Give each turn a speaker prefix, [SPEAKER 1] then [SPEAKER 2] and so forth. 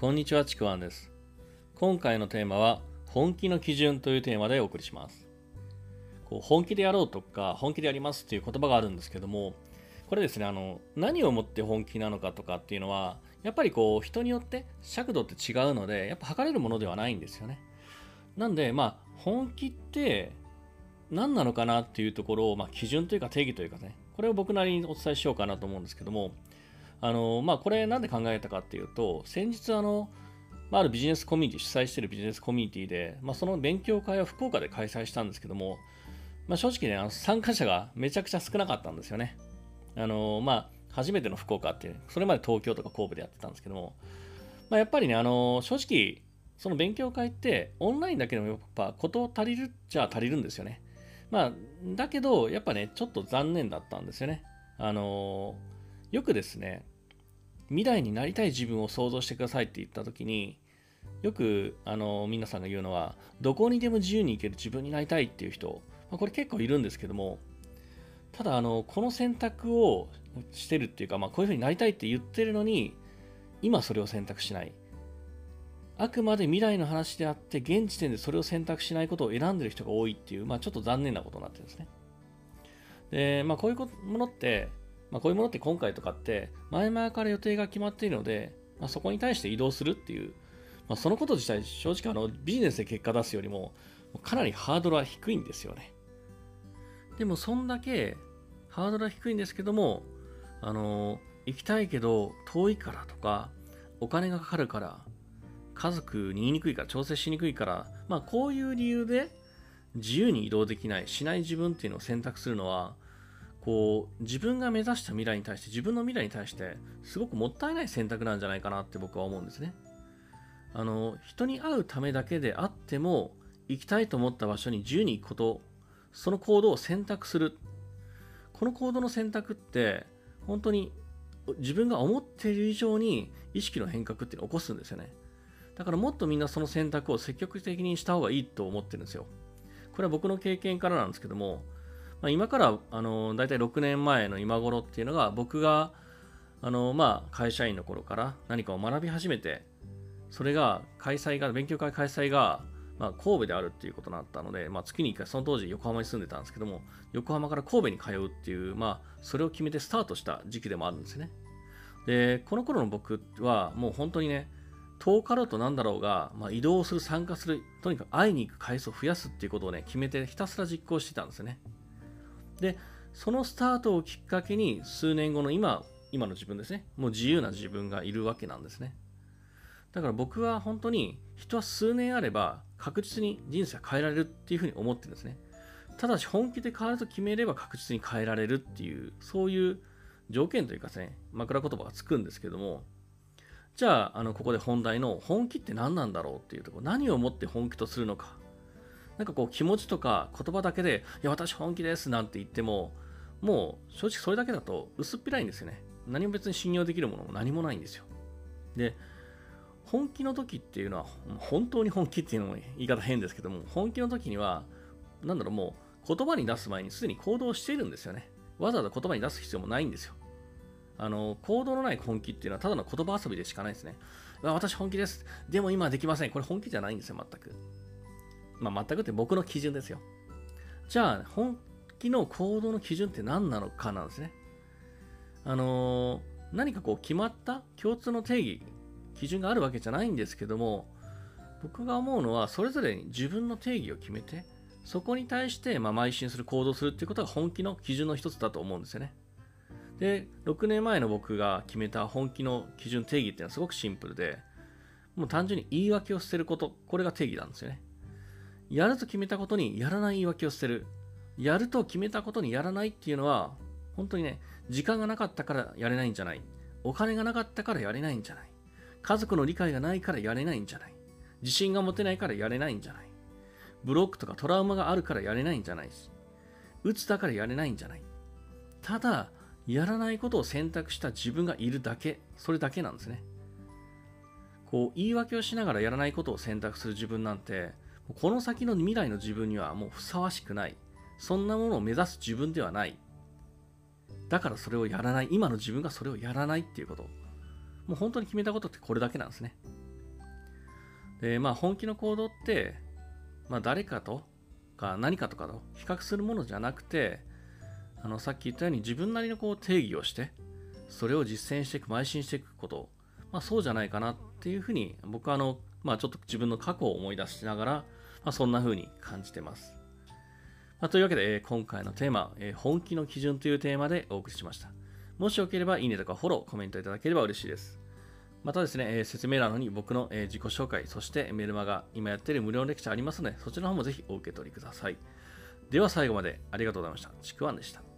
[SPEAKER 1] こんにちは、ちくわんです。今回のテーマは、本気の基準というテーマでお送りします。本気でやろうとか、本気でやりますっていう言葉があるんですけども、これですね、何をもって本気なのかとかっていうのは、やっぱり人によって尺度って違うので、やっぱ測れるものではないんですよね。なんで、本気って何なのかなっていうところを、基準というか定義というかね、これを僕なりにお伝えしようかなと思うんですけども、これなんで考えたかっていうと、先日あるビジネスコミュニティ、主催しているビジネスコミュニティで、その勉強会を福岡で開催したんですけども、正直ね、参加者がめちゃくちゃ少なかったんですよね。初めての福岡って、それまで東京とか神戸でやってたんですけども、やっぱりね、正直、その勉強会ってオンラインだけでもやっぱ事足りるっちゃ足りるんですよね。だけど、やっぱね、ちょっと残念だったんですよね。よくですね、未来になりたい自分を想像してくださいって言った時に、よく皆さんが言うのは、どこにでも自由に行ける自分になりたいっていう人、これ結構いるんですけども、ただこの選択をしてるっていうか、こういう風になりたいって言ってるのに、今それを選択しない。あくまで未来の話であって、現時点でそれを選択しないことを選んでる人が多いっていう、ちょっと残念なことになってるんですね。で、こういうものって、こういうものって今回とかって前々から予定が決まっているので、そこに対して移動するっていう、そのこと自体正直ビジネスで結果出すよりもかなりハードルは低いんですよね。でもそんだけハードルは低いんですけども、行きたいけど遠いからとか、お金がかかるから、家族に言いにくいから、調整しにくいから、こういう理由で自由に移動できない、しない自分っていうのを選択するのは、自分が目指した未来に対して、自分の未来に対してすごくもったいない選択なんじゃないかなって僕は思うんですね。人に会うためだけであっても、行きたいと思った場所に自由に行くこと、その行動を選択する。この行動の選択って本当に自分が思っている以上に意識の変革っていうのを起こすんですよね。だからもっとみんなその選択を積極的にした方がいいと思ってるんですよ。これは僕の経験からなんですけども、今からだいたい6年前の今頃っていうのが、僕が会社員の頃から何かを学び始めて、それが勉強会開催が神戸であるっていうことになったので、月に1回、その当時横浜に住んでたんですけども、横浜から神戸に通うっていう、それを決めてスタートした時期でもあるんですね。で、この頃の僕はもう本当にね、遠かろうとなんだろうが、移動する、参加する、とにかく会いに行く回数を増やすっていうことをね、決めてひたすら実行してたんですよね。で、そのスタートをきっかけに、数年後の今の自分ですね、もう自由な自分がいるわけなんですね。だから僕は本当に、人は数年あれば確実に人生を変えられるっていうふうに思ってるんですね。ただし本気で変わると決めれば確実に変えられるっていう、そういう条件というかね、枕言葉がつくんですけども、じゃあ、ここで本題の本気って何なんだろうっていうところ、何をもって本気とするのか。気持ちとか言葉だけで、いや、私本気ですなんて言っても、もう正直それだけだと薄っぺらいんですよね。何も別に信用できるものも何もないんですよ。で、本気の時っていうのは、本当に本気っていうのも言い方変ですけども、本気の時には、もう言葉に出す前にすでに行動しているんですよね。わざわざ言葉に出す必要もないんですよ。行動のない本気っていうのはただの言葉遊びでしかないですね。私本気です。でも今はできません。これ本気じゃないんですよ、全く。全くって僕の基準ですよ。じゃあ、本気の行動の基準って何なのかなんですね。何か決まった共通の定義、基準があるわけじゃないんですけども、僕が思うのは、それぞれに自分の定義を決めて、そこに対して邁進する、行動するっていうことが本気の基準の一つだと思うんですよね。で、6年前の僕が決めた本気の基準定義っていうのはすごくシンプルで、もう単純に言い訳を捨てること、これが定義なんですよね。やると決めたことにやらない言い訳を捨てる。やると決めたことにやらないっていうのは、本当にね、時間がなかったからやれないんじゃない。お金がなかったからやれないんじゃない。家族の理解がないからやれないんじゃない。自信が持てないからやれないんじゃない。ブロックとかトラウマがあるからやれないんじゃないし、鬱だからやれないんじゃない。ただ、やらないことを選択した自分がいるだけ、それだけなんですね。言い訳をしながらやらないことを選択する自分なんて、この先の未来の自分にはもうふさわしくない。そんなものを目指す自分ではない。だからそれをやらない。今の自分がそれをやらないっていうこと。もう本当に決めたことってこれだけなんですね。 で、本気の行動って、誰かとか何かとかと比較するものじゃなくて、さっき言ったように自分なりの定義をして、それを実践していく、邁進していくこと、そうじゃないかなっていうふうに、僕はちょっと自分の過去を思い出しながら、そんなふうに感じてます。というわけで、今回のテーマ、本気の基準というテーマでお送りしました。もしよければいいねとかフォロー、コメントいただければ嬉しいです。またですね、説明欄の方に僕の自己紹介、そしてメルマガ、今やっている無料レクチャーありますので、そちらの方もぜひお受け取りください。では最後までありがとうございました。ちくわんでした。